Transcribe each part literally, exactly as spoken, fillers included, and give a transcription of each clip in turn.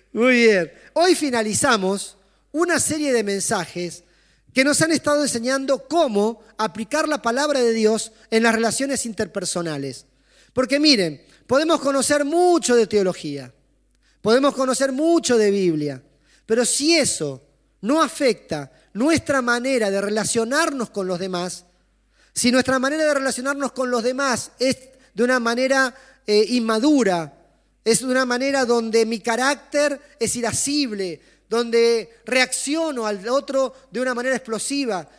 Muy bien. Hoy finalizamos una serie de mensajes que nos han estado enseñando cómo aplicar la palabra de Dios en las relaciones interpersonales. Porque miren, podemos conocer mucho de teología, podemos conocer mucho de Biblia, pero si eso no afecta nuestra manera de relacionarnos con los demás, si nuestra manera de relacionarnos con los demás es de una manera eh, inmadura, es de una manera donde mi carácter es irascible, donde reacciono al otro de una manera explosiva,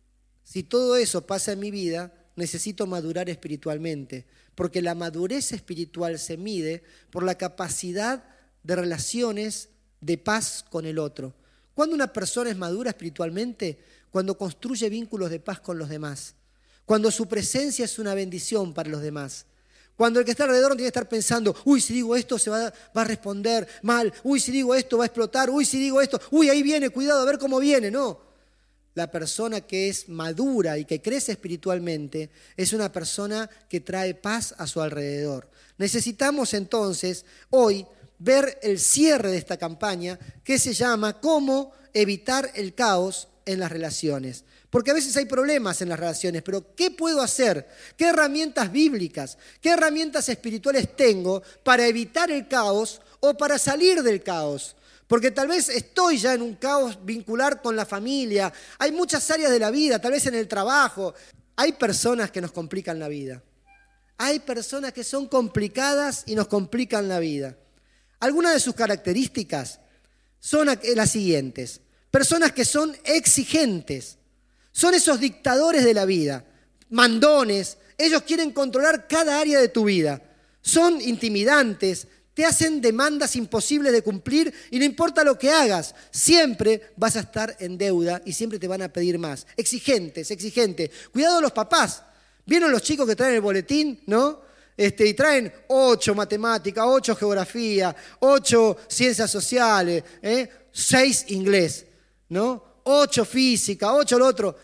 si todo eso pasa en mi vida, necesito madurar espiritualmente, porque la madurez espiritual se mide por la capacidad de relaciones de paz con el otro. ¿Cuándo una persona es madura espiritualmente? Cuando construye vínculos de paz con los demás. Cuando su presencia es una bendición para los demás. Cuando el que está alrededor no tiene que estar pensando, uy, si digo esto se va, va a responder mal, uy, si digo esto va a explotar, uy, si digo esto, uy, ahí viene, cuidado, a ver cómo viene. No, la persona que es madura y que crece espiritualmente es una persona que trae paz a su alrededor. Necesitamos entonces hoy ver el cierre de esta campaña que se llama ¿Cómo evitar el caos en las relaciones? Porque a veces hay problemas en las relaciones, pero ¿qué puedo hacer? ¿Qué herramientas bíblicas, qué herramientas espirituales tengo para evitar el caos o para salir del caos? Porque tal vez estoy ya en un caos vincular con la familia, hay muchas áreas de la vida, tal vez en el trabajo. Hay personas que nos complican la vida. Hay personas que son complicadas y nos complican la vida. Algunas de sus características son las siguientes. Personas que son exigentes. Son esos dictadores de la vida, mandones. Ellos quieren controlar cada área de tu vida. Son intimidantes, te hacen demandas imposibles de cumplir y no importa lo que hagas, siempre vas a estar en deuda y siempre te van a pedir más. Exigentes, exigentes. Cuidado los papás. ¿Vieron los chicos que traen el boletín, no? Este, y traen ocho matemáticas, ocho geografía, ocho ciencias sociales, ¿eh? seis inglés, ¿no? Ocho física, ocho lo otro.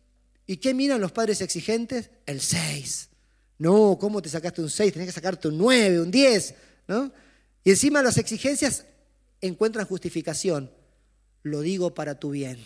¿Y qué miran los padres exigentes? El seis. No, ¿cómo te sacaste un seis? Tenés que sacarte un nueve, un diez, ¿no? Y encima las exigencias encuentran justificación. Lo digo para tu bien.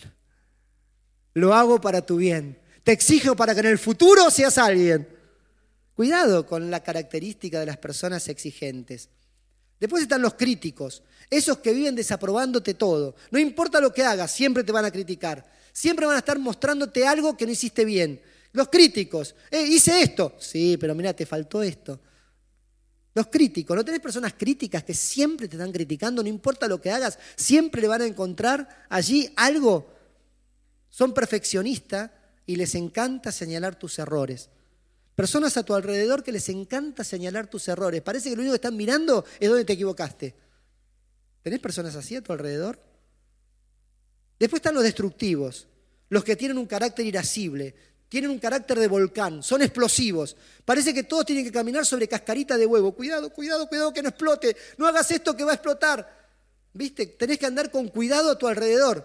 Lo hago para tu bien. Te exijo para que en el futuro seas alguien. Cuidado con la característica de las personas exigentes. Después están los críticos, esos que viven desaprobándote todo. No importa lo que hagas, siempre te van a criticar. Siempre van a estar mostrándote algo que no hiciste bien. Los críticos, eh, hice esto. Sí, pero mira, te faltó esto. Los críticos, ¿no tenés personas críticas que siempre te están criticando? No importa lo que hagas, siempre le van a encontrar allí algo. Son perfeccionistas y les encanta señalar tus errores. Personas a tu alrededor que les encanta señalar tus errores. Parece que lo único que están mirando es dónde te equivocaste. ¿Tenés personas así a tu alrededor? Después están los destructivos, los que tienen un carácter irascible, tienen un carácter de volcán, son explosivos. Parece que todos tienen que caminar sobre cascarita de huevo. Cuidado, cuidado, cuidado que no explote. No hagas esto que va a explotar. ¿Viste? Tenés que andar con cuidado a tu alrededor.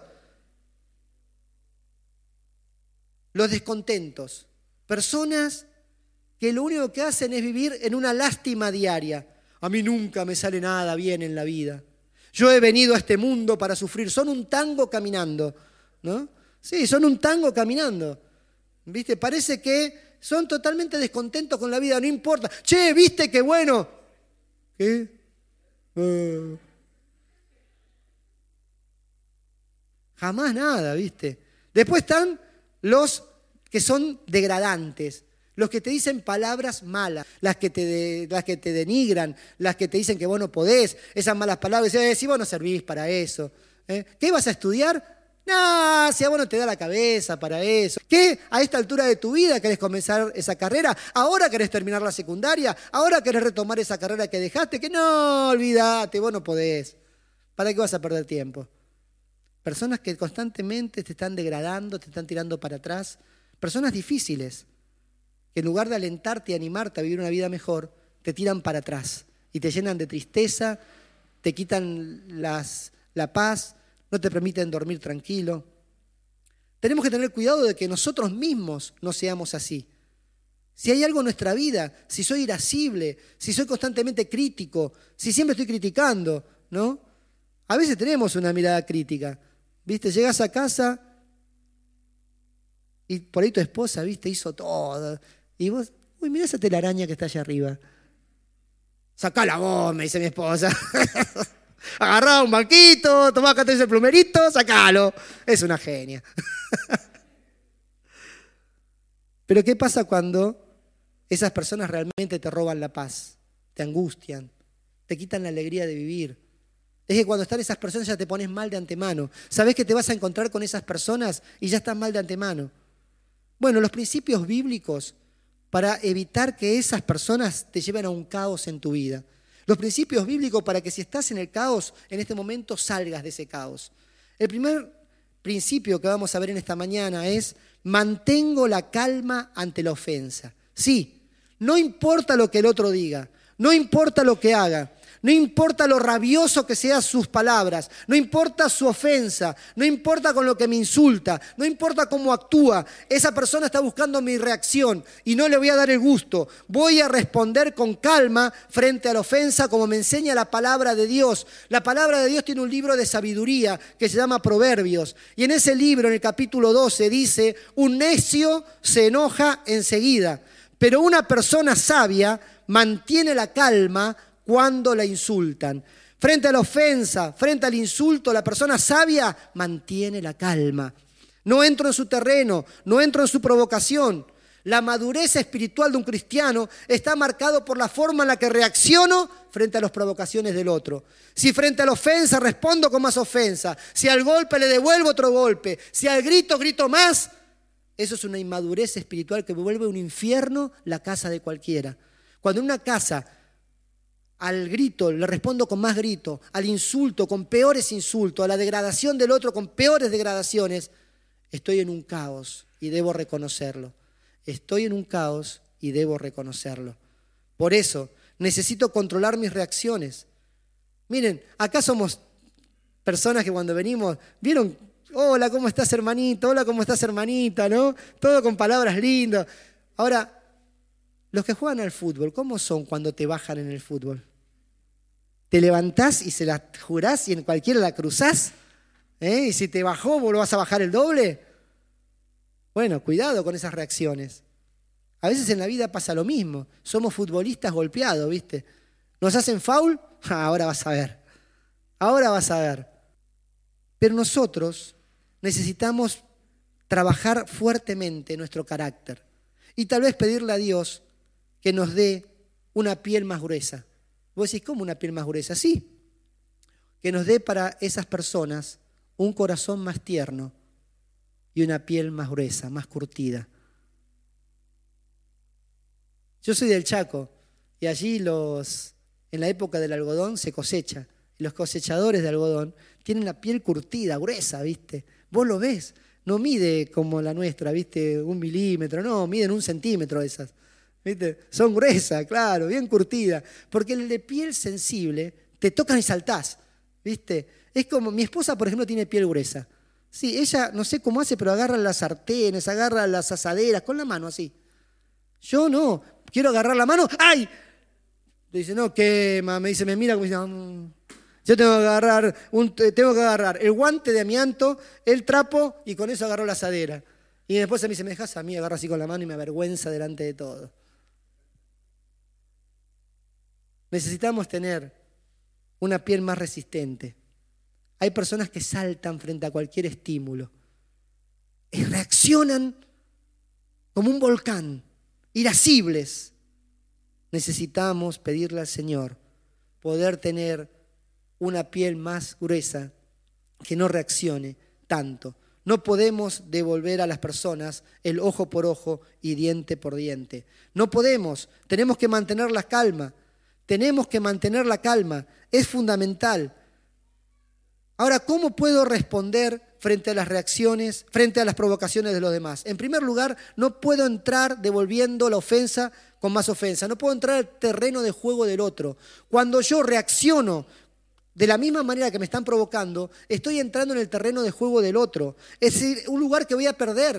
Los descontentos, personas que lo único que hacen es vivir en una lástima diaria. A mí nunca me sale nada bien en la vida. Yo he venido a este mundo para sufrir. Son un tango caminando, ¿no? Sí, son un tango caminando. ¿Viste? Parece que son totalmente descontentos con la vida. No importa. Che, ¿viste qué bueno? ¿Qué? Uh. Jamás nada, ¿viste? Después están los que son degradantes. Los que te dicen palabras malas, las que te, de, las que te denigran, las que te dicen que vos no podés, esas malas palabras, eh, si vos no servís para eso. ¿eh? ¿Qué vas a estudiar? No, si a vos no te da la cabeza para eso. ¿Qué? A esta altura de tu vida querés comenzar esa carrera, ahora querés terminar la secundaria, ahora querés retomar esa carrera que dejaste, que no, olvídate, vos no podés. ¿Para qué vas a perder tiempo? Personas que constantemente te están degradando, te están tirando para atrás, personas difíciles. Que en lugar de alentarte y animarte a vivir una vida mejor, te tiran para atrás y te llenan de tristeza, te quitan las, la paz, no te permiten dormir tranquilo. Tenemos que tener cuidado de que nosotros mismos no seamos así. Si hay algo en nuestra vida, si soy irascible, si soy constantemente crítico, si siempre estoy criticando, ¿no? A veces tenemos una mirada crítica. ¿Viste? Llegás a casa y por ahí tu esposa, ¿viste? Hizo todo. Y vos, uy, mirá esa telaraña que está allá arriba. Sacá la voz, me dice mi esposa. Agarrá un banquito, tomá acá tenés el plumerito, sacalo. Es una genia. Pero ¿qué pasa cuando esas personas realmente te roban la paz? Te angustian, te quitan la alegría de vivir. Es que cuando están esas personas ya te pones mal de antemano. Sabés que te vas a encontrar con esas personas y ya estás mal de antemano. Bueno, los principios bíblicos para evitar que esas personas te lleven a un caos en tu vida. Los principios bíblicos para que si estás en el caos, en este momento salgas de ese caos. El primer principio que vamos a ver en esta mañana es: mantengo la calma ante la ofensa. Sí, no importa lo que el otro diga, no importa lo que haga, no importa lo rabioso que sean sus palabras, no importa su ofensa, no importa con lo que me insulta, no importa cómo actúa, esa persona está buscando mi reacción y no le voy a dar el gusto. Voy a responder con calma frente a la ofensa como me enseña la palabra de Dios. La palabra de Dios tiene un libro de sabiduría que se llama Proverbios y en ese libro, en el capítulo doce, dice: un necio se enoja enseguida, pero una persona sabia mantiene la calma cuando la insultan. Frente a la ofensa, frente al insulto, la persona sabia mantiene la calma. No entro en su terreno, no entro en su provocación. La madurez espiritual de un cristiano está marcado por la forma en la que reacciono frente a las provocaciones del otro. Si frente a la ofensa respondo con más ofensa, si al golpe le devuelvo otro golpe, si al grito grito más, eso es una inmadurez espiritual que vuelve un infierno la casa de cualquiera. Cuando en una casa al grito le respondo con más grito, al insulto con peores insultos, a la degradación del otro con peores degradaciones, estoy en un caos y debo reconocerlo. Estoy en un caos y debo reconocerlo. Por eso necesito controlar mis reacciones. Miren, acá somos personas que cuando venimos, ¿vieron? Hola, ¿cómo estás, hermanito? Hola, ¿cómo estás, hermanita? ¿No? Todo con palabras lindas. Ahora, los que juegan al fútbol, ¿cómo son cuando te bajan en el fútbol? Te levantás y se la jurás y en cualquiera la cruzás, ¿eh? Y si te bajó, ¿vos lo vas a bajar el doble? Bueno, cuidado con esas reacciones. A veces en la vida pasa lo mismo. Somos futbolistas golpeados, ¿viste? ¿Nos hacen foul? Ahora vas a ver. Ahora vas a ver. Pero nosotros necesitamos trabajar fuertemente nuestro carácter y tal vez pedirle a Dios que nos dé una piel más gruesa. Vos decís, ¿cómo una piel más gruesa? Sí, que nos dé para esas personas un corazón más tierno y una piel más gruesa, más curtida. Yo soy del Chaco y allí los, en la época del algodón se cosecha. Y los cosechadores de algodón tienen la piel curtida, gruesa, ¿viste? Vos lo ves, no mide como la nuestra, ¿viste? Un milímetro, no, miden un centímetro esas. ¿Viste? Son gruesas, claro, bien curtidas. Porque el de piel sensible te tocan y saltás, ¿viste? Es como, mi esposa, por ejemplo, tiene piel gruesa. Sí, ella, no sé cómo hace, pero agarra las sartenes, agarra las asaderas con la mano así. Yo no, quiero agarrar la mano, ¡ay! Dice, no, quema, me dice, me mira como dice, mmm. Yo tengo que agarrar, un, tengo que agarrar el guante de amianto, el trapo y con eso agarro la asadera. Y después a mí se me dejas a mí, agarro así con la mano y me avergüenza delante de todo. Necesitamos tener una piel más resistente. Hay personas que saltan frente a cualquier estímulo y reaccionan como un volcán, irascibles. Necesitamos pedirle al Señor poder tener una piel más gruesa que no reaccione tanto. No podemos devolver a las personas el ojo por ojo y diente por diente. No podemos, tenemos que mantener la calma. Tenemos que mantener la calma, es fundamental. Ahora, ¿cómo puedo responder frente a las reacciones, frente a las provocaciones de los demás? En primer lugar, no puedo entrar devolviendo la ofensa con más ofensa. No puedo entrar al terreno de juego del otro. Cuando yo reacciono de la misma manera que me están provocando, estoy entrando en el terreno de juego del otro. Es decir, un lugar que voy a perder.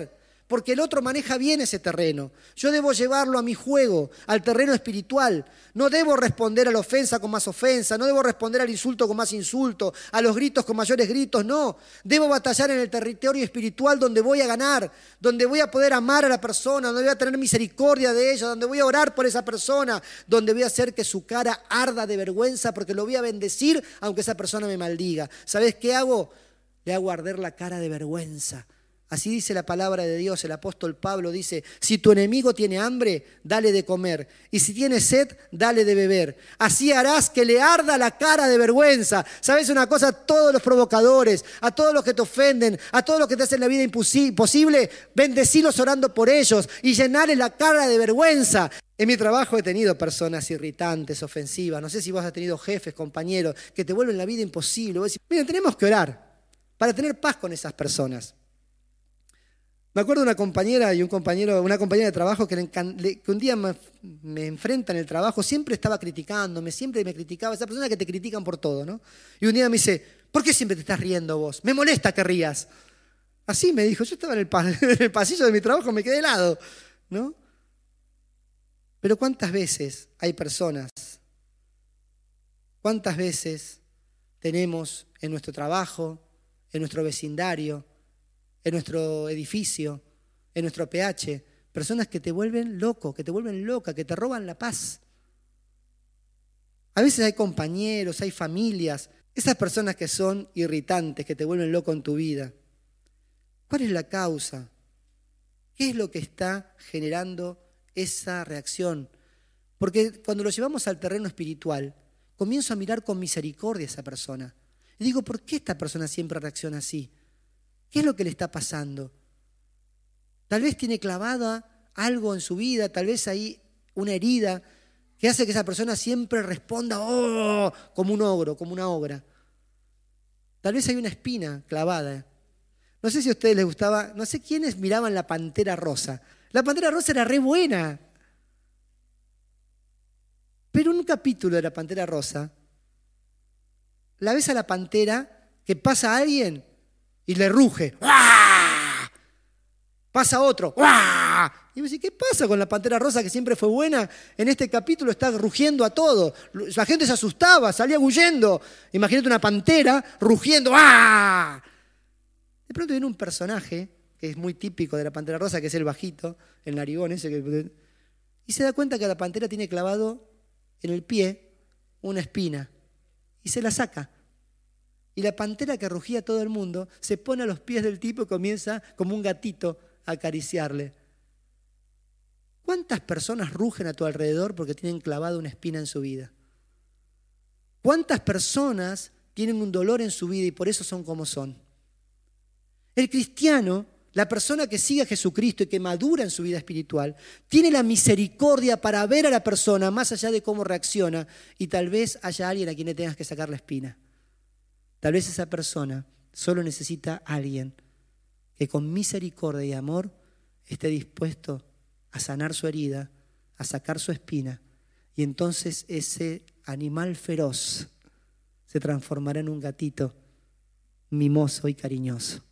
porque el otro maneja bien ese terreno. Yo debo llevarlo a mi juego, al terreno espiritual. No debo responder a la ofensa con más ofensa, no debo responder al insulto con más insulto, a los gritos con mayores gritos, no. Debo batallar en el territorio espiritual donde voy a ganar, donde voy a poder amar a la persona, donde voy a tener misericordia de ella, donde voy a orar por esa persona, donde voy a hacer que su cara arda de vergüenza porque lo voy a bendecir aunque esa persona me maldiga. ¿Sabes qué hago? Le hago arder la cara de vergüenza. Así dice la palabra de Dios. El apóstol Pablo dice, si tu enemigo tiene hambre, dale de comer. Y si tiene sed, dale de beber. Así harás que le arda la cara de vergüenza. ¿Sabes una cosa? A todos los provocadores, a todos los que te ofenden, a todos los que te hacen la vida imposible, bendecilos orando por ellos y llenarles la cara de vergüenza. En mi trabajo he tenido personas irritantes, ofensivas. No sé si vos has tenido jefes, compañeros, que te vuelven la vida imposible. Vos decís, miren, tenemos que orar para tener paz con esas personas. Me acuerdo de una compañera y un compañero, una compañera de trabajo que, le, que un día me, me enfrenta en el trabajo, siempre estaba criticándome, siempre me criticaba, esa persona que te critican por todo, ¿no? Y un día me dice, ¿por qué siempre te estás riendo vos? Me molesta que rías. Así me dijo, yo estaba en el, pa- en el pasillo de mi trabajo, me quedé helado, ¿no? Pero ¿cuántas veces hay personas? ¿Cuántas veces tenemos en nuestro trabajo, en nuestro vecindario, en nuestro edificio, en nuestro P H, personas que te vuelven loco, que te vuelven loca, que te roban la paz? A veces hay compañeros, hay familias, esas personas que son irritantes, que te vuelven loco en tu vida. ¿Cuál es la causa? ¿Qué es lo que está generando esa reacción? Porque cuando lo llevamos al terreno espiritual, comienzo a mirar con misericordia a esa persona. Y digo, ¿por qué esta persona siempre reacciona así? ¿Qué es lo que le está pasando? Tal vez tiene clavada algo en su vida, tal vez hay una herida que hace que esa persona siempre responda ¡oh! Como un ogro, como una ogra. Tal vez hay una espina clavada. No sé si a ustedes les gustaba, no sé quiénes miraban La Pantera Rosa. La Pantera Rosa era re buena. Pero en un capítulo de La Pantera Rosa, la ves a la pantera que pasa a alguien y le ruge. ¡Uah! Pasa otro. ¡Uah! Y me dice, ¿qué pasa con la Pantera Rosa que siempre fue buena? En este capítulo está rugiendo a todo. La gente se asustaba, salía huyendo. Imagínate una pantera rugiendo. ¡Ah! De pronto viene un personaje que es muy típico de la Pantera Rosa, que es el bajito, el narigón ese, que... y se da cuenta que la pantera tiene clavado en el pie una espina y se la saca. Y la pantera que rugía a todo el mundo se pone a los pies del tipo y comienza como un gatito a acariciarle. ¿Cuántas personas rugen a tu alrededor porque tienen clavada una espina en su vida? ¿Cuántas personas tienen un dolor en su vida y por eso son como son? El cristiano, la persona que sigue a Jesucristo y que madura en su vida espiritual, tiene la misericordia para ver a la persona más allá de cómo reacciona y tal vez haya alguien a quien le tengas que sacar la espina. Tal vez esa persona solo necesita a alguien que con misericordia y amor esté dispuesto a sanar su herida, a sacar su espina, y entonces ese animal feroz se transformará en un gatito mimoso y cariñoso.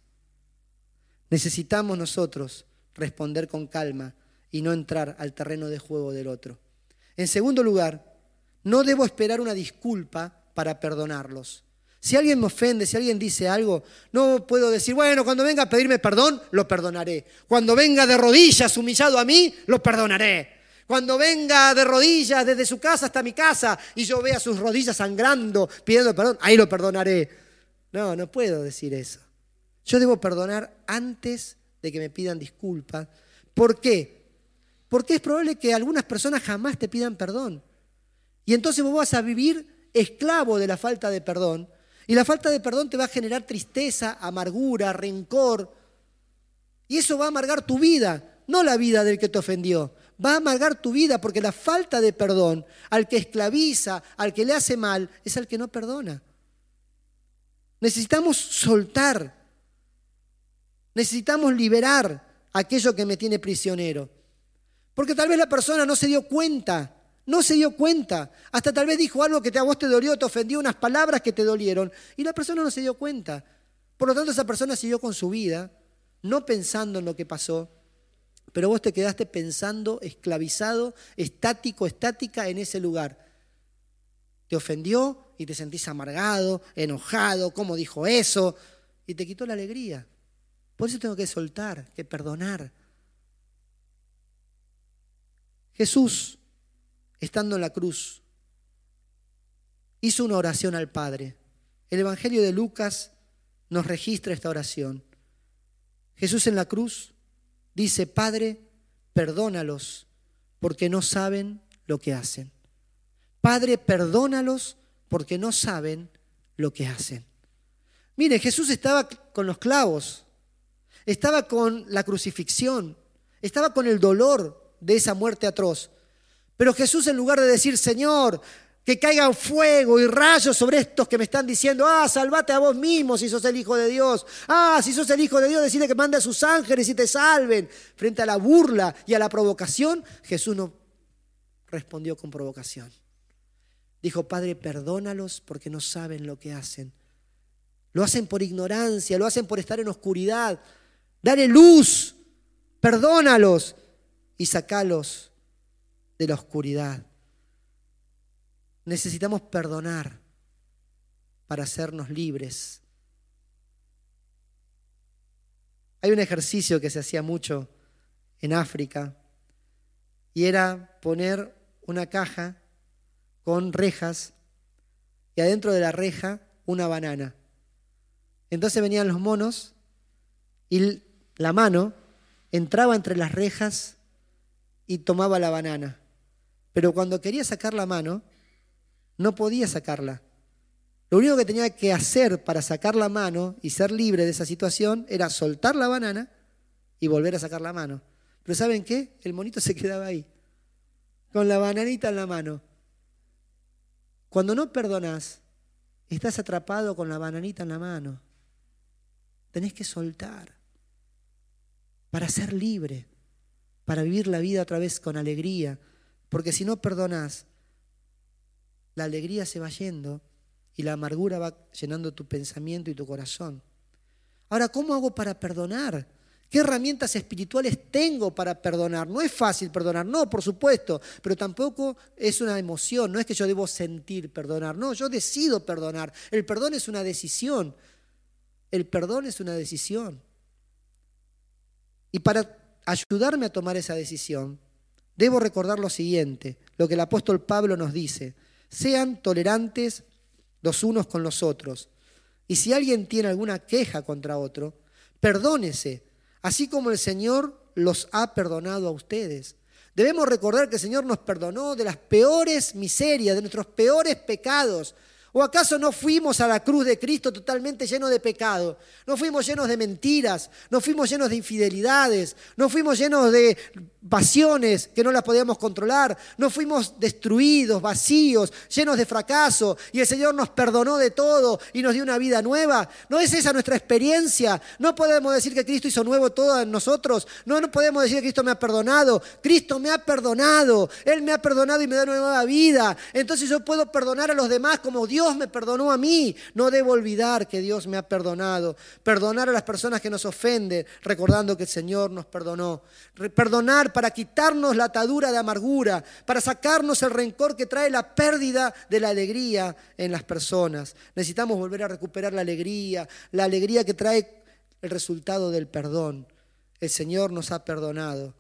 Necesitamos nosotros responder con calma y no entrar al terreno de juego del otro. En segundo lugar, no debo esperar una disculpa para perdonarlos. Si alguien me ofende, si alguien dice algo, no puedo decir, bueno, cuando venga a pedirme perdón, lo perdonaré. Cuando venga de rodillas humillado a mí, lo perdonaré. Cuando venga de rodillas desde su casa hasta mi casa y yo vea sus rodillas sangrando, pidiendo perdón, ahí lo perdonaré. No, no puedo decir eso. Yo debo perdonar antes de que me pidan disculpas. ¿Por qué? Porque es probable que algunas personas jamás te pidan perdón. Y entonces vos vas a vivir esclavo de la falta de perdón. Y la falta de perdón te va a generar tristeza, amargura, rencor. Y eso va a amargar tu vida, no la vida del que te ofendió. Va a amargar tu vida porque la falta de perdón, al que esclaviza, al que le hace mal, es al que no perdona. Necesitamos soltar. Necesitamos liberar aquello que me tiene prisionero. Porque tal vez la persona no se dio cuenta. No se dio cuenta, hasta tal vez dijo algo que a vos te dolió, te ofendió, unas palabras que te dolieron, y la persona no se dio cuenta. Por lo tanto, esa persona siguió con su vida, no pensando en lo que pasó, pero vos te quedaste pensando, esclavizado, estático, estática en ese lugar. Te ofendió y te sentís amargado, enojado, ¿cómo dijo eso? Y te quitó la alegría. Por eso tengo que soltar, que perdonar. Jesús, estando en la cruz, hizo una oración al Padre. El Evangelio de Lucas nos registra esta oración. Jesús en la cruz dice: Padre, perdónalos, porque no saben lo que hacen. Padre, perdónalos, porque no saben lo que hacen. Mire, Jesús estaba con los clavos, estaba con la crucifixión, estaba con el dolor de esa muerte atroz. Pero Jesús, en lugar de decir: Señor, que caiga fuego y rayos sobre estos que me están diciendo: ah, salvate a vos mismo si sos el Hijo de Dios. Ah, si sos el Hijo de Dios, decile que mande a sus ángeles y te salven. Frente a la burla y a la provocación, Jesús no respondió con provocación. Dijo: Padre, perdónalos porque no saben lo que hacen. Lo hacen por ignorancia, lo hacen por estar en oscuridad. Dale luz, perdónalos y sacalos de la oscuridad. Necesitamos perdonar para hacernos libres. Hay un ejercicio que se hacía mucho en África y era poner una caja con rejas y adentro de la reja una banana. Entonces venían los monos y la mano entraba entre las rejas y tomaba la banana. Pero cuando quería sacar la mano, no podía sacarla. Lo único que tenía que hacer para sacar la mano y ser libre de esa situación era soltar la banana y volver a sacar la mano. Pero ¿saben qué? El monito se quedaba ahí, con la bananita en la mano. Cuando no perdonás, estás atrapado con la bananita en la mano. Tenés que soltar para ser libre, para vivir la vida otra vez con alegría. Porque si no perdonás, la alegría se va yendo y la amargura va llenando tu pensamiento y tu corazón. Ahora, ¿cómo hago para perdonar? ¿Qué herramientas espirituales tengo para perdonar? No es fácil perdonar, no, por supuesto, pero tampoco es una emoción, no es que yo debo sentir perdonar, no, yo decido perdonar. El perdón es una decisión, el perdón es una decisión. Y para ayudarme a tomar esa decisión, debo recordar lo siguiente, lo que el apóstol Pablo nos dice: sean tolerantes los unos con los otros. Y si alguien tiene alguna queja contra otro, perdónese, así como el Señor los ha perdonado a ustedes. Debemos recordar que el Señor nos perdonó de las peores miserias, de nuestros peores pecados. ¿O acaso no fuimos a la cruz de Cristo totalmente llenos de pecado? No fuimos llenos de mentiras, no fuimos llenos de infidelidades, no fuimos llenos de pasiones que no las podíamos controlar, no fuimos destruidos, vacíos, llenos de fracaso, y el Señor nos perdonó de todo y nos dio una vida nueva. ¿No es esa nuestra experiencia? No podemos decir que Cristo hizo nuevo todo en nosotros, no, no podemos decir que Cristo me ha perdonado. Cristo me ha perdonado, Él me ha perdonado y me da una nueva vida. Entonces yo puedo perdonar a los demás como Dios me perdonó a mí. No debo olvidar que Dios me ha perdonado. Perdonar a las personas que nos ofenden, recordando que el Señor nos perdonó. Perdonar para quitarnos la atadura de amargura, para sacarnos el rencor que trae la pérdida de la alegría en las personas. Necesitamos volver a recuperar la alegría, la alegría que trae el resultado del perdón. El Señor nos ha perdonado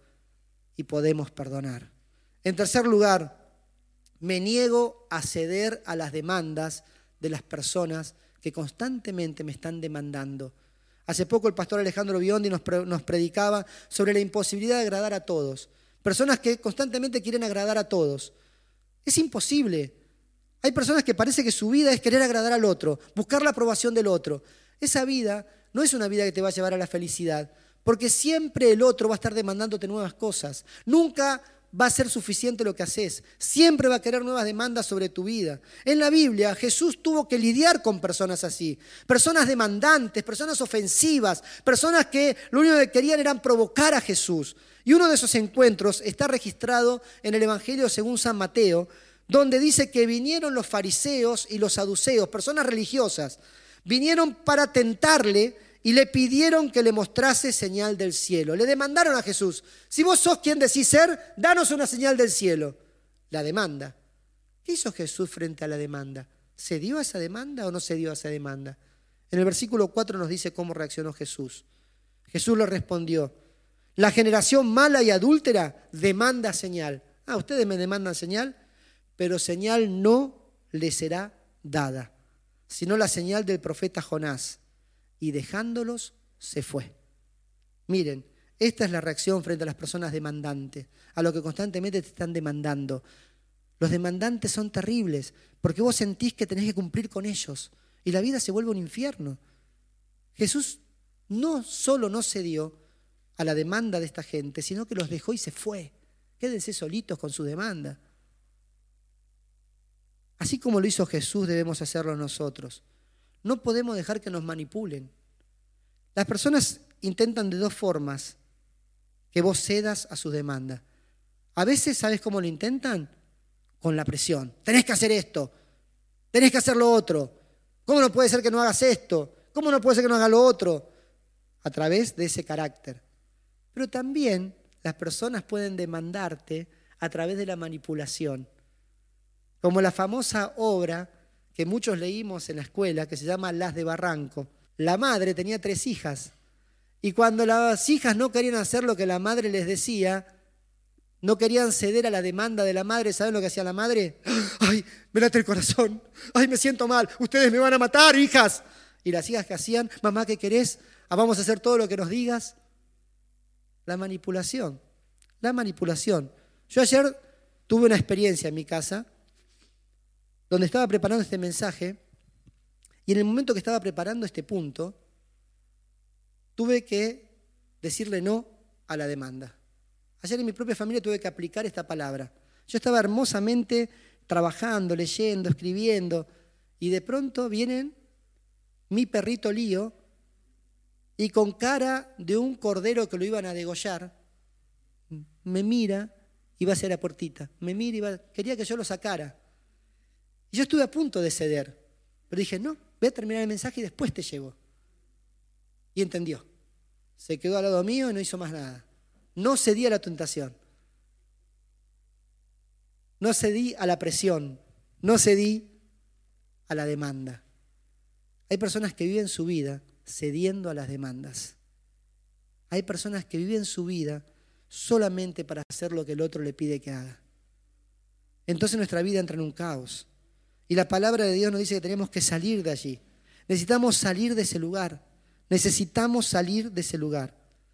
y podemos perdonar. En tercer lugar, me niego a ceder a las demandas de las personas que constantemente me están demandando. Hace poco el pastor Alejandro Biondi nos, pre- nos predicaba sobre la imposibilidad de agradar a todos. Personas que constantemente quieren agradar a todos. Es imposible. Hay personas que parece que su vida es querer agradar al otro, buscar la aprobación del otro. Esa vida no es una vida que te va a llevar a la felicidad, porque siempre el otro va a estar demandándote nuevas cosas. Nunca va a ser suficiente lo que haces. Siempre va a querer nuevas demandas sobre tu vida. En la Biblia, Jesús tuvo que lidiar con personas así. Personas demandantes, personas ofensivas, personas que lo único que querían era provocar a Jesús. Y uno de esos encuentros está registrado en el Evangelio según San Mateo, donde dice que vinieron los fariseos y los saduceos, personas religiosas, vinieron para tentarle y le pidieron que le mostrase señal del cielo. Le demandaron a Jesús, si vos sos quien decís ser, danos una señal del cielo. La demanda. ¿Qué hizo Jesús frente a la demanda? ¿Se dio a esa demanda o no se dio a esa demanda? En el versículo cuatro nos dice cómo reaccionó Jesús. Jesús le respondió, la generación mala y adúltera demanda señal. Ah, ustedes me demandan señal, pero señal no le será dada, sino la señal del profeta Jonás. Y dejándolos, se fue. Miren, esta es la reacción frente a las personas demandantes, a lo que constantemente te están demandando. Los demandantes son terribles, porque vos sentís que tenés que cumplir con ellos, y la vida se vuelve un infierno. Jesús no solo no cedió a la demanda de esta gente, sino que los dejó y se fue. Quédense solitos con su demanda. Así como lo hizo Jesús, debemos hacerlo nosotros. No podemos dejar que nos manipulen. Las personas intentan de dos formas que vos cedas a sus demandas. A veces, ¿sabes cómo lo intentan? Con la presión. Tenés que hacer esto, tenés que hacer lo otro. ¿Cómo no puede ser que no hagas esto? ¿Cómo no puede ser que no hagas lo otro? A través de ese carácter. Pero también las personas pueden demandarte a través de la manipulación. Como la famosa obra que muchos leímos en la escuela, que se llama Las de Barranco. La madre tenía tres hijas, y cuando las hijas no querían hacer lo que la madre les decía, no querían ceder a la demanda de la madre, ¿saben lo que hacía la madre? ¡Ay, me late el corazón! ¡Ay, me siento mal! ¡Ustedes me van a matar, hijas! Y las hijas que hacían, mamá, ¿qué querés? Ah, vamos a hacer todo lo que nos digas. La manipulación, la manipulación. Yo ayer tuve una experiencia en mi casa, donde estaba preparando este mensaje, y en el momento que estaba preparando este punto, tuve que decirle no a la demanda. Ayer en mi propia familia tuve que aplicar esta palabra. Yo estaba hermosamente trabajando, leyendo, escribiendo, y de pronto vienen mi perrito Lío, y con cara de un cordero que lo iban a degollar, me mira y va hacia la puertita. Me mira y va, quería que yo lo sacara. Y yo estuve a punto de ceder, pero dije, no, voy a terminar el mensaje y después te llevo. Y entendió. Se quedó al lado mío y no hizo más nada. No cedí a la tentación. No cedí a la presión. No cedí a la demanda. Hay personas que viven su vida cediendo a las demandas. Hay personas que viven su vida solamente para hacer lo que el otro le pide que haga. Entonces nuestra vida entra en un caos. Y la palabra de Dios nos dice que tenemos que salir de allí. Necesitamos salir de ese lugar. Necesitamos salir de ese lugar.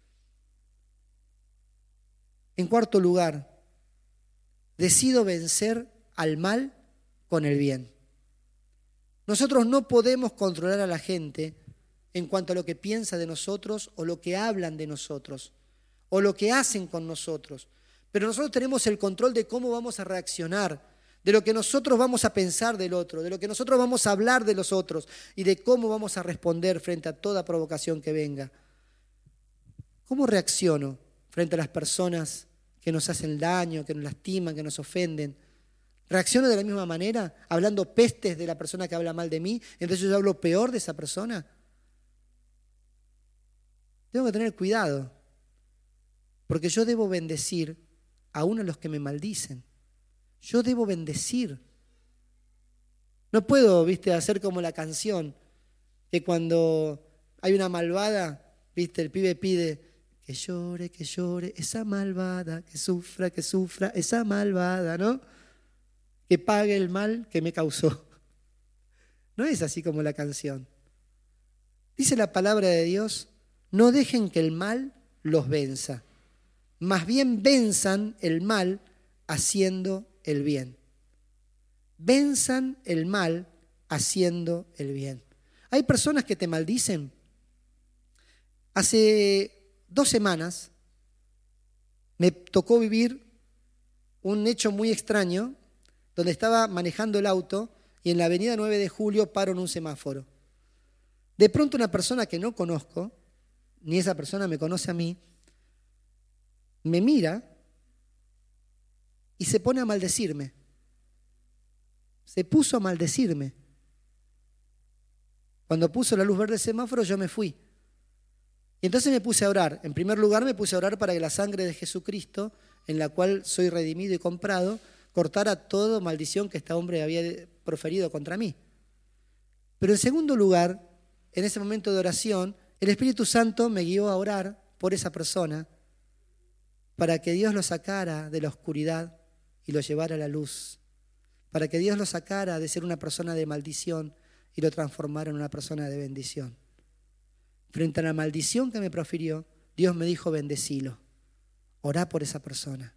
En cuarto lugar, decido vencer al mal con el bien. Nosotros no podemos controlar a la gente en cuanto a lo que piensa de nosotros o lo que hablan de nosotros o lo que hacen con nosotros. Pero nosotros tenemos el control de cómo vamos a reaccionar, de lo que nosotros vamos a pensar del otro, de lo que nosotros vamos a hablar de los otros y de cómo vamos a responder frente a toda provocación que venga. ¿Cómo reacciono frente a las personas que nos hacen daño, que nos lastiman, que nos ofenden? ¿Reacciono de la misma manera, hablando pestes de la persona que habla mal de mí? Entonces yo hablo peor de esa persona. Tengo que tener cuidado, porque yo debo bendecir aún a los que me maldicen. Yo debo bendecir. No puedo, viste, hacer como la canción, que cuando hay una malvada, viste, el pibe pide que llore, que llore esa malvada, que sufra, que sufra esa malvada, ¿no? Que pague el mal que me causó. No es así como la canción. Dice la palabra de Dios, no dejen que el mal los venza, más bien venzan el mal haciendo el bien. Venzan el mal haciendo el bien. Hay personas que te maldicen. Hace dos semanas me tocó vivir un hecho muy extraño donde estaba manejando el auto y en la avenida nueve de julio paro en un semáforo. De pronto una persona que no conozco, ni esa persona me conoce a mí, me mira y se pone a maldecirme. Se puso a maldecirme. Cuando puso la luz verde del semáforo yo me fui. Y entonces me puse a orar. En primer lugar me puse a orar para que la sangre de Jesucristo, en la cual soy redimido y comprado, cortara toda maldición que este hombre había proferido contra mí. Pero en segundo lugar, en ese momento de oración, el Espíritu Santo me guió a orar por esa persona para que Dios lo sacara de la oscuridad y lo llevara a la luz, para que Dios lo sacara de ser una persona de maldición y lo transformara en una persona de bendición. Frente a la maldición que me profirió, Dios me dijo, bendecilo, orá por esa persona.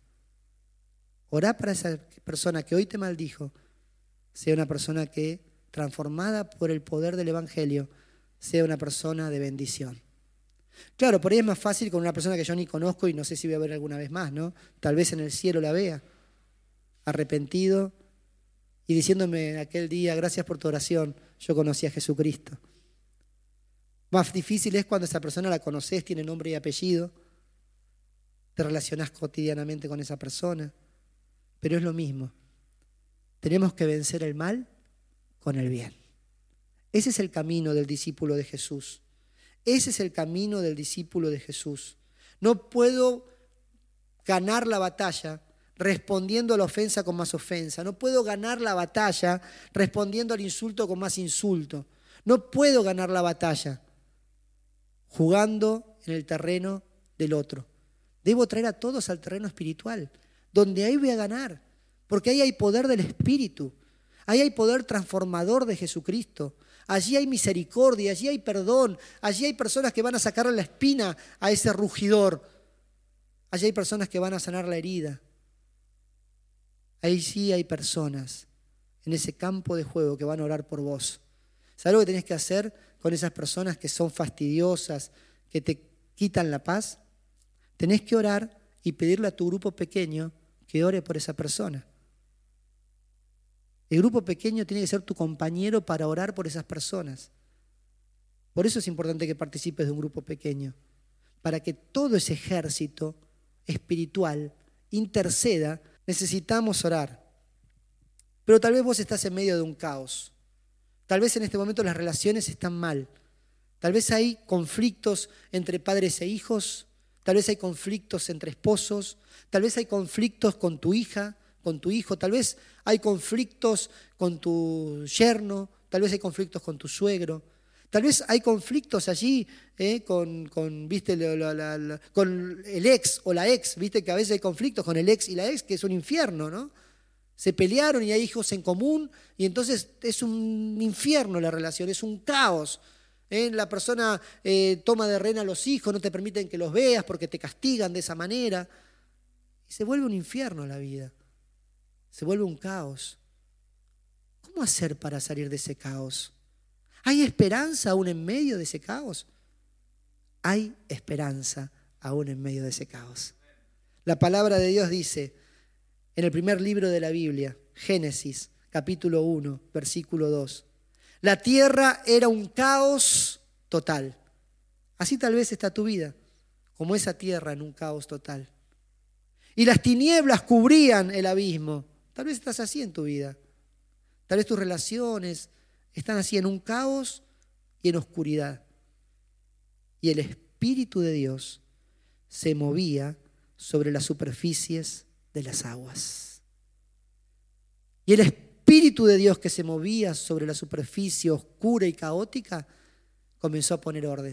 Orá para esa persona que hoy te maldijo, sea una persona que, transformada por el poder del Evangelio, sea una persona de bendición. Claro, por ahí es más fácil con una persona que yo ni conozco y no sé si voy a ver alguna vez más, ¿no? Tal vez en el cielo la vea, arrepentido y diciéndome aquel día, gracias por tu oración, yo conocí a Jesucristo. Más difícil es cuando esa persona la conoces, tiene nombre y apellido, te relacionás cotidianamente con esa persona, pero es lo mismo. Tenemos que vencer el mal con el bien. Ese es el camino del discípulo de Jesús. Ese es el camino del discípulo de Jesús. No puedo ganar la batalla respondiendo a la ofensa con más ofensa. No puedo ganar la batalla respondiendo al insulto con más insulto. No puedo ganar la batalla jugando en el terreno del otro. Debo traer a todos al terreno espiritual, donde ahí voy a ganar, porque ahí hay poder del Espíritu, ahí hay poder transformador de Jesucristo, allí hay misericordia, allí hay perdón, allí hay personas que van a sacarle la espina a ese rugidor, allí hay personas que van a sanar la herida, ahí sí hay personas en ese campo de juego que van a orar por vos. ¿Sabes lo que tenés que hacer con esas personas que son fastidiosas, que te quitan la paz? Tenés que orar y pedirle a tu grupo pequeño que ore por esa persona. El grupo pequeño tiene que ser tu compañero para orar por esas personas. Por eso es importante que participes de un grupo pequeño, para que todo ese ejército espiritual interceda. Necesitamos orar. Pero tal vez vos estás en medio de un caos. Tal vez en este momento las relaciones están mal. Tal vez hay conflictos entre padres e hijos. Tal vez hay conflictos entre esposos. Tal vez hay conflictos con tu hija, con tu hijo. Tal vez hay conflictos con tu yerno. Tal vez hay conflictos con tu suegro. Tal vez hay conflictos allí eh, con, con, ¿viste? La, la, la, con el ex o la ex. ¿Viste que a veces hay conflictos con el ex y la ex, que es un infierno, ¿no? Se pelearon y hay hijos en común y entonces es un infierno la relación, es un caos. ¿Eh? La persona eh, toma de rehén a los hijos, no te permiten que los veas porque te castigan de esa manera. Y se vuelve un infierno la vida, se vuelve un caos. ¿Cómo hacer para salir de ese caos? ¿Hay esperanza aún en medio de ese caos? Hay esperanza aún en medio de ese caos. La palabra de Dios dice, en el primer libro de la Biblia, Génesis, capítulo uno, versículo dos. La tierra era un caos total. Así tal vez está tu vida, como esa tierra en un caos total. Y las tinieblas cubrían el abismo. Tal vez estás así en tu vida. Tal vez tus relaciones están así en un caos y en oscuridad. Y el Espíritu de Dios se movía sobre las superficies de las aguas. Y el Espíritu de Dios que se movía sobre la superficie oscura y caótica comenzó a poner orden.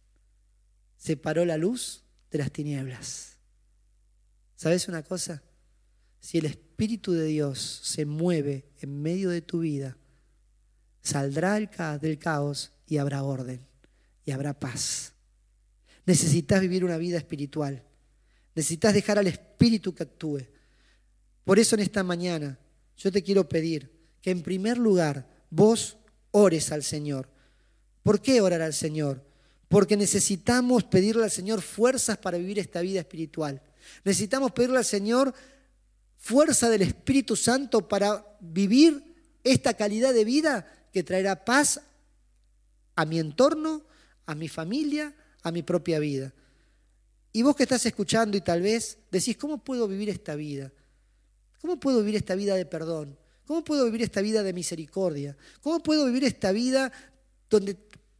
Separó la luz de las tinieblas. ¿Sabes una cosa? Si el Espíritu de Dios se mueve en medio de tu vida, saldrá del caos y habrá orden y habrá paz. Necesitas vivir una vida espiritual. Necesitas dejar al Espíritu que actúe. Por eso en esta mañana yo te quiero pedir que en primer lugar vos ores al Señor. ¿Por qué orar al Señor? Porque necesitamos pedirle al Señor fuerzas para vivir esta vida espiritual. Necesitamos pedirle al Señor fuerza del Espíritu Santo para vivir esta calidad de vida que traerá paz a mi entorno, a mi familia, a mi propia vida. Y vos que estás escuchando y tal vez decís, ¿cómo puedo vivir esta vida? ¿Cómo puedo vivir esta vida de perdón? ¿Cómo puedo vivir esta vida de misericordia? ¿Cómo puedo vivir esta vida donde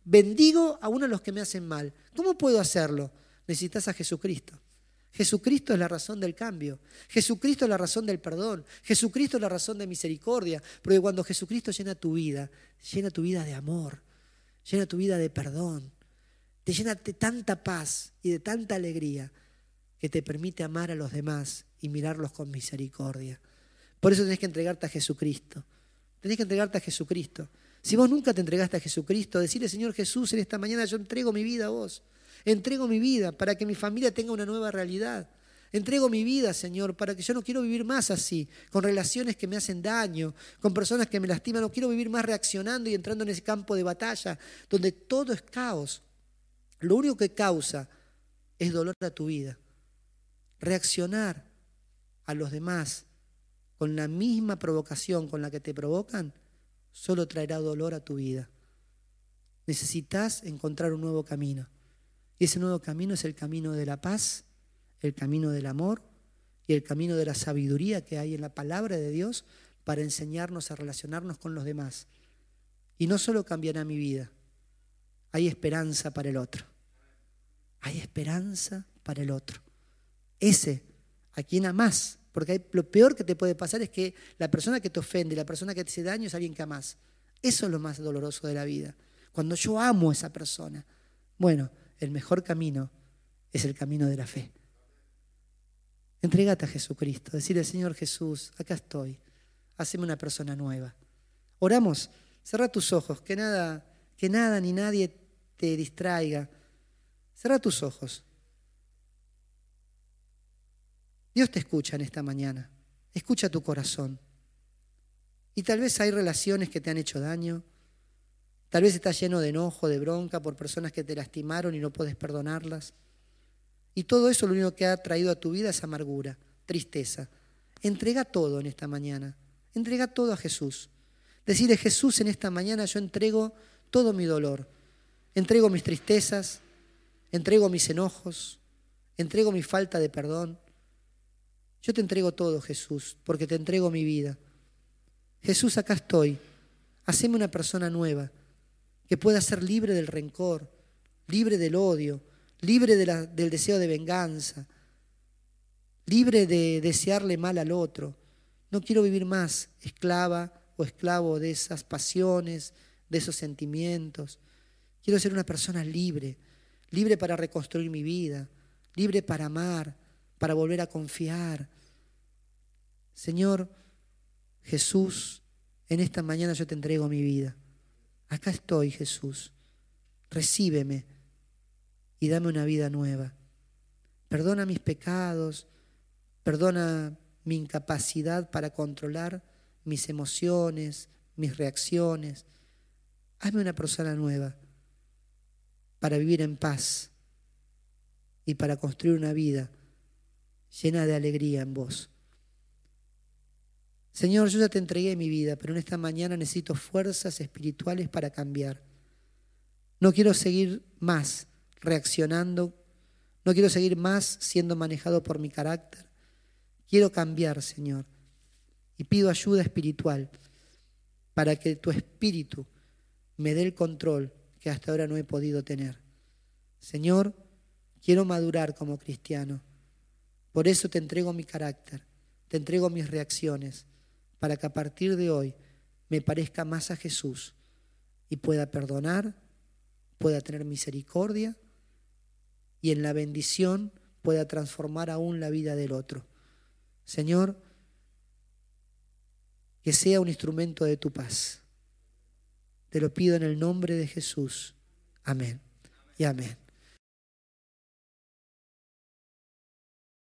bendigo aún a los que me hacen mal. ¿Cómo puedo hacerlo? Necesitas a Jesucristo. Jesucristo es la razón del cambio. Jesucristo es la razón del perdón. Jesucristo es la razón de misericordia. Porque cuando Jesucristo llena tu vida, llena tu vida de amor, llena tu vida de perdón, te llena de tanta paz y de tanta alegría que te permite amar a los demás y mirarlos con misericordia. Por eso tenés que entregarte a Jesucristo. Tenés que entregarte a Jesucristo. Si vos nunca te entregaste a Jesucristo, decirle: Señor Jesús, en esta mañana yo entrego mi vida a vos. Entrego mi vida para que mi familia tenga una nueva realidad. Entrego mi vida, Señor, para que yo no quiero vivir más así, con relaciones que me hacen daño, con personas que me lastiman. No quiero vivir más reaccionando y entrando en ese campo de batalla donde todo es caos. Lo único que causa es dolor a tu vida. Reaccionar a los demás con la misma provocación con la que te provocan solo traerá dolor a tu vida. Necesitas encontrar un nuevo camino. Y ese nuevo camino es el camino de la paz, el camino del amor y el camino de la sabiduría que hay en la palabra de Dios para enseñarnos a relacionarnos con los demás. Y no solo cambiará mi vida, hay esperanza para el otro. Hay esperanza para el otro. Ese a quien amás, porque hay, lo peor que te puede pasar es que la persona que te ofende, la persona que te hace daño es alguien que amás. Eso es lo más doloroso de la vida. Cuando yo amo a esa persona, bueno, el mejor camino es el camino de la fe. Entrégate a Jesucristo, decirle: Señor Jesús, acá estoy, haceme una persona nueva. Oramos, cerrá tus ojos, que nada, que nada ni nadie te distraiga. Cerrá tus ojos. Dios te escucha en esta mañana, escucha tu corazón. Y tal vez hay relaciones que te han hecho daño. Tal vez estás lleno de enojo, de bronca por personas que te lastimaron y no puedes perdonarlas. Y todo eso lo único que ha traído a tu vida es amargura, tristeza. Entrega todo en esta mañana. Entrega todo a Jesús. Decirle: Jesús, en esta mañana yo entrego todo mi dolor. Entrego mis tristezas, entrego mis enojos, entrego mi falta de perdón. Yo te entrego todo, Jesús, porque te entrego mi vida. Jesús, acá estoy. Haceme una persona nueva, que pueda ser libre del rencor, libre del odio, libre de la, del deseo de venganza, libre de desearle mal al otro. No quiero vivir más esclava o esclavo de esas pasiones, de esos sentimientos. Quiero ser una persona libre, libre para reconstruir mi vida, libre para amar, para volver a confiar. Señor Jesús, en esta mañana yo te entrego mi vida. Acá estoy, Jesús. Recíbeme y dame una vida nueva. Perdona mis pecados, perdona mi incapacidad para controlar mis emociones, mis reacciones. Hazme una persona nueva para vivir en paz y para construir una vida llena de alegría en vos. Señor, yo ya te entregué mi vida, pero en esta mañana necesito fuerzas espirituales para cambiar. No quiero seguir más reaccionando, no quiero seguir más siendo manejado por mi carácter. Quiero cambiar, Señor, y pido ayuda espiritual para que tu Espíritu me dé el control que hasta ahora no he podido tener. Señor, quiero madurar como cristiano. Por eso te entrego mi carácter, te entrego mis reacciones, para que a partir de hoy me parezca más a Jesús y pueda perdonar, pueda tener misericordia y en la bendición pueda transformar aún la vida del otro. Señor, que sea un instrumento de tu paz. Te lo pido en el nombre de Jesús. Amén y amén.